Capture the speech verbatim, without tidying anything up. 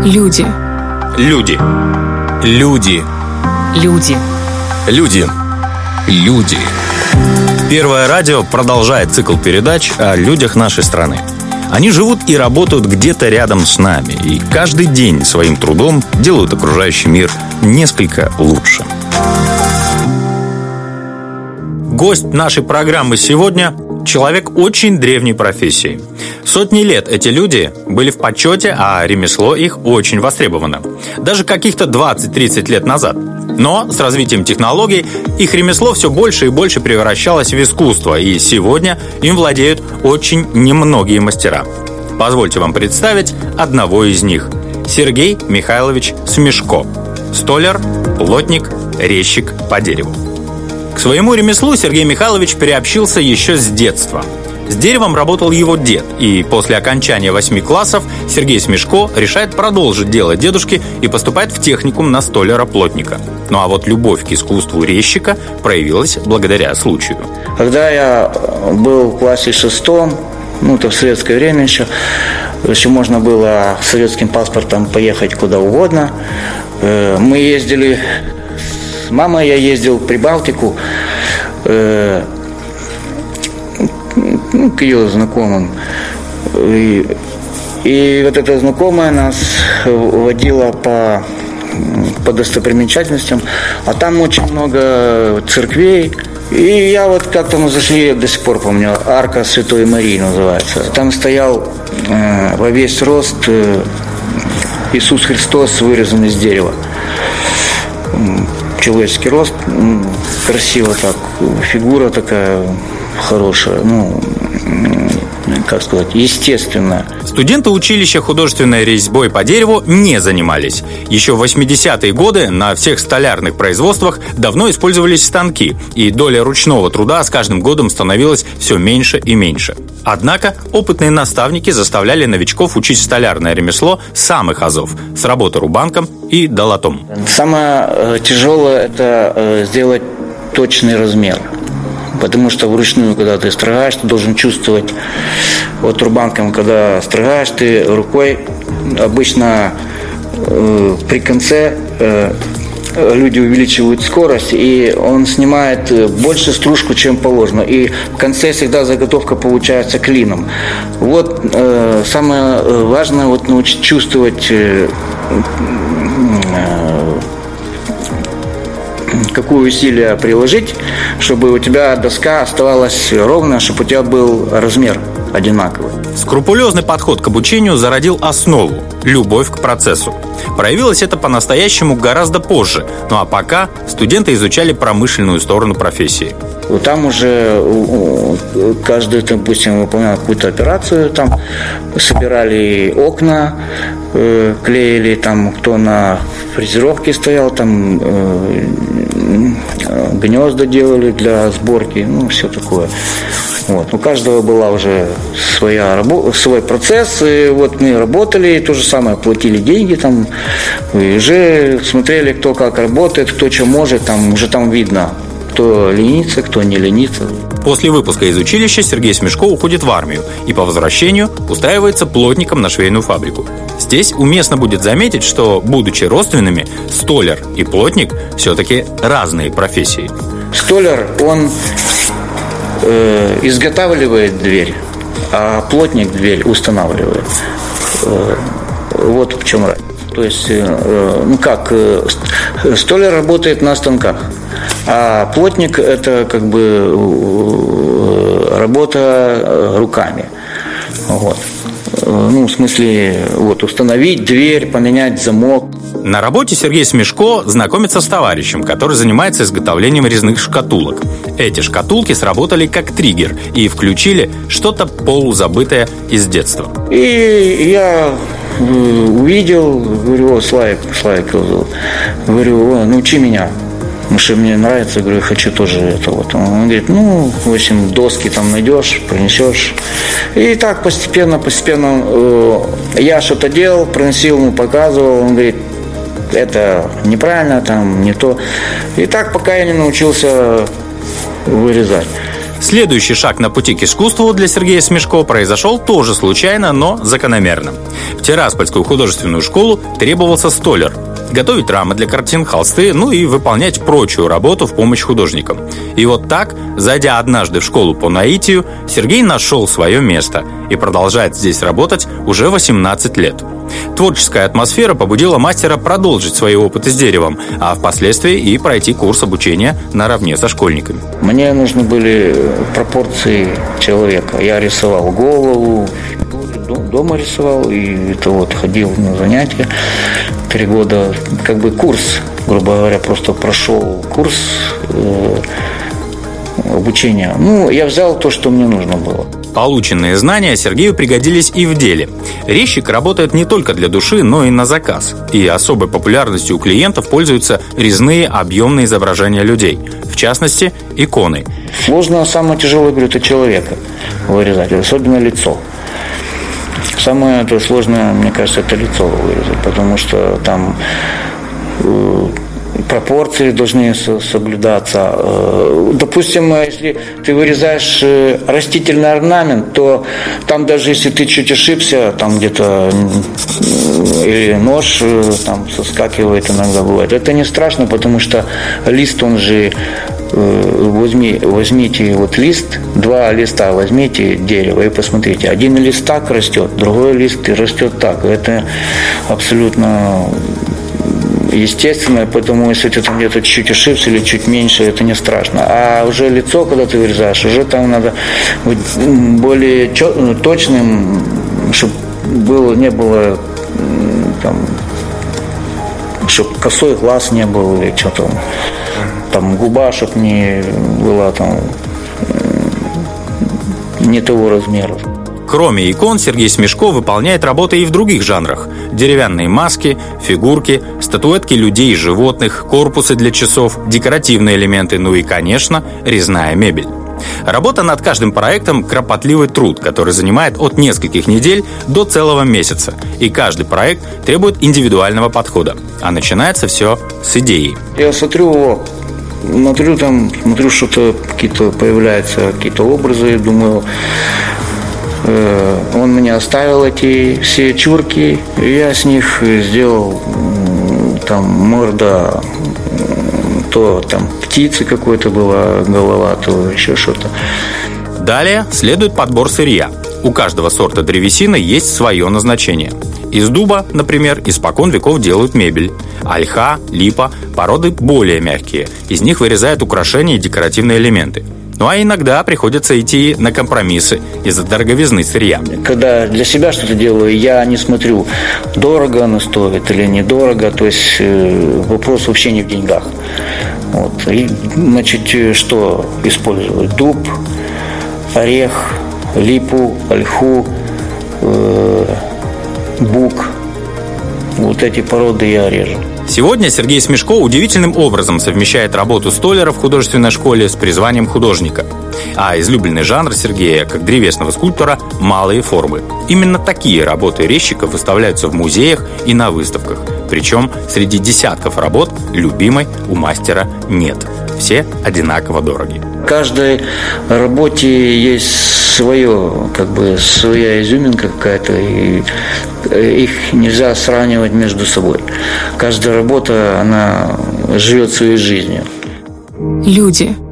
Люди. Люди. Люди. Люди. Люди. Люди. Первое радио продолжает цикл передач о людях нашей страны. Они живут и работают где-то рядом с нами, и каждый день своим трудом делают окружающий мир несколько лучше. Гость нашей программы сегодня – человек очень древней профессии. Сотни лет эти люди были в почете, а ремесло их очень востребовано. Даже каких-то двадцать-тридцать лет назад. Но с развитием технологий их ремесло все больше и больше превращалось в искусство, и сегодня им владеют очень немногие мастера. Позвольте вам представить одного из них – Сергей Михайлович Смешко. Столяр, плотник, резчик по дереву. К своему ремеслу Сергей Михайлович приобщился еще с детства. С деревом работал его дед, и после окончания восьми классов Сергей Смешко решает продолжить дело дедушки и поступает в техникум на столяра-плотника. Ну а вот любовь к искусству резчика проявилась благодаря случаю. Когда я был в классе шестом, ну это в советское время еще, еще можно было с советским паспортом поехать куда угодно. Мы ездили... С мамой я ездил в Прибалтику э, ну, к ее знакомым. И, и вот эта знакомая нас водила по, по достопримечательностям. А там очень много церквей. И я вот как-то мы зашли, до сих пор помню, арка Святой Марии называется. Там стоял э, во весь рост э, Иисус Христос, вырезанный из дерева. Человеческий рост, красиво так, фигура такая хорошая, ну, как сказать, естественная. Студенты училища художественной резьбой по дереву не занимались. Еще в восьмидесятые годы на всех столярных производствах давно использовались станки, и доля ручного труда с каждым годом становилась все меньше и меньше. Однако опытные наставники заставляли новичков учить столярное ремесло с самых азов, с работы рубанком и долотом. Самое тяжелое – это сделать точный размер. Потому что вручную, когда ты строгаешь, ты должен чувствовать. Вот рубанком, когда строгаешь, ты рукой обычно э, при конце э, люди увеличивают скорость, и он снимает больше стружку, чем положено. И в конце всегда заготовка получается клином. Вот э, самое важное вот научить чувствовать э, э, какое усилие приложить, чтобы у тебя доска оставалась ровно, чтобы у тебя был размер одинаковый. Скрупулезный подход к обучению зародил основу – любовь к процессу. Проявилось это по-настоящему гораздо позже, ну а пока студенты изучали промышленную сторону профессии. Там уже каждый, допустим, выполнял какую-то операцию, там собирали окна, клеили, там кто на фрезеровке стоял, там гнезда делали для сборки, ну все такое. Вот. У каждого была уже своя работа, свой процесс, и вот мы работали, то же самое, платили деньги, там, и уже смотрели, кто как работает, кто что может, там уже там видно, кто ленится, кто не ленится. После выпуска из училища Сергей Смешко уходит в армию и по возвращению устраивается плотником на швейную фабрику. Здесь уместно будет заметить, что, будучи родственными, столяр и плотник все-таки разные профессии. Столяр, он э, изготавливает дверь, а плотник дверь устанавливает. Э, вот в чем разница. То есть, э, ну как, э, столяр работает на станках, а плотник – это как бы работа руками. Вот. Ну, в смысле, вот, установить дверь, поменять замок. На работе Сергей Смешко знакомится с товарищем, который занимается изготовлением резных шкатулок. Эти шкатулки сработали как триггер и включили что-то полузабытое из детства. И я увидел, говорю: о, Славик, Славик его зовут. Говорю: о, научи меня. Потому что мне нравится, говорю, хочу тоже это вот. Он говорит: ну, в общем, доски там найдешь, принесешь. И так постепенно, постепенно э, я что-то делал, приносил ему, показывал. Он говорит: это неправильно, там не то. И так, пока я не научился вырезать. Следующий шаг на пути к искусству для Сергея Смешко произошел тоже случайно, но закономерно. В Тираспольскую художественную школу требовался столяр. Готовить рамы для картин, холсты, ну и выполнять прочую работу в помощь художникам. И вот так, зайдя однажды в школу по наитию, Сергей нашел свое место и продолжает здесь работать уже восемнадцать лет. Творческая атмосфера побудила мастера продолжить свои опыты с деревом, а впоследствии и пройти курс обучения наравне со школьниками. Мне нужны были пропорции человека. Я рисовал голову, дома рисовал, и это вот ходил на занятия три года, как бы курс, грубо говоря, просто прошел курс э, обучения. Ну, я взял то, что мне нужно было. Полученные знания Сергею пригодились и в деле. Резчик работает не только для души, но и на заказ. И особой популярностью у клиентов пользуются резные объемные изображения людей, в частности, иконы. Сложно, самое тяжелое, говорю, это человека вырезать, особенно лицо. Самое это сложное, мне кажется, это лицо вырезать, потому что там э, пропорции должны соблюдаться. Э, допустим, если ты вырезаешь э, растительный орнамент, то там даже если ты чуть ошибся, там где-то э, или нож э, там соскакивает иногда бывает. Это не страшно, потому что лист, он же Возьми, возьмите вот лист, два листа возьмите дерево и посмотрите. Один лист так растет, другой лист растет так. Это абсолютно естественно, поэтому если ты там где-то чуть ошибся или чуть меньше, это не страшно. А уже лицо, когда ты вырезаешь, уже там надо быть более точным, чтобы было, не было там, чтобы косой глаз не был или что-то. Там губа, чтобы не была там не того размера. Кроме икон, Сергей Смешко выполняет работы и в других жанрах. Деревянные маски, фигурки, статуэтки людей и животных, корпусы для часов, декоративные элементы, ну и, конечно, резная мебель. Работа над каждым проектом – кропотливый труд, который занимает от нескольких недель до целого месяца. И каждый проект требует индивидуального подхода. А начинается все с идеи. Я смотрю, смотрю там, смотрю, что-то какие-то появляются какие-то образы, думаю, э, он мне оставил эти все чурки, и я с них сделал там морда, то там птицы какой-то была голова, то еще что-то. Далее следует подбор сырья. У каждого сорта древесины есть свое назначение. Из дуба, например, испокон веков делают мебель. Ольха, липа – породы более мягкие. Из них вырезают украшения и декоративные элементы. Ну а иногда приходится идти на компромиссы из-за дороговизны сырья. Когда для себя что-то делаю, я не смотрю, дорого оно стоит или недорого. То есть э, вопрос вообще не в деньгах. Вот. И, значит, что использовать? Дуб, орех, липу, ольху, э, бук. Вот эти породы я режу. Сегодня Сергей Смешко удивительным образом совмещает работу столяра в художественной школе с призванием художника. А излюбленный жанр Сергея, как древесного скульптора, малые формы. Именно такие работы резчиков выставляются в музеях и на выставках. Причем среди десятков работ любимой у мастера нет. Все одинаково дороги. В каждой работе есть свое, как бы своя изюминка какая-то, и их нельзя сравнивать между собой. Каждая работа, она живет своей жизнью. Люди.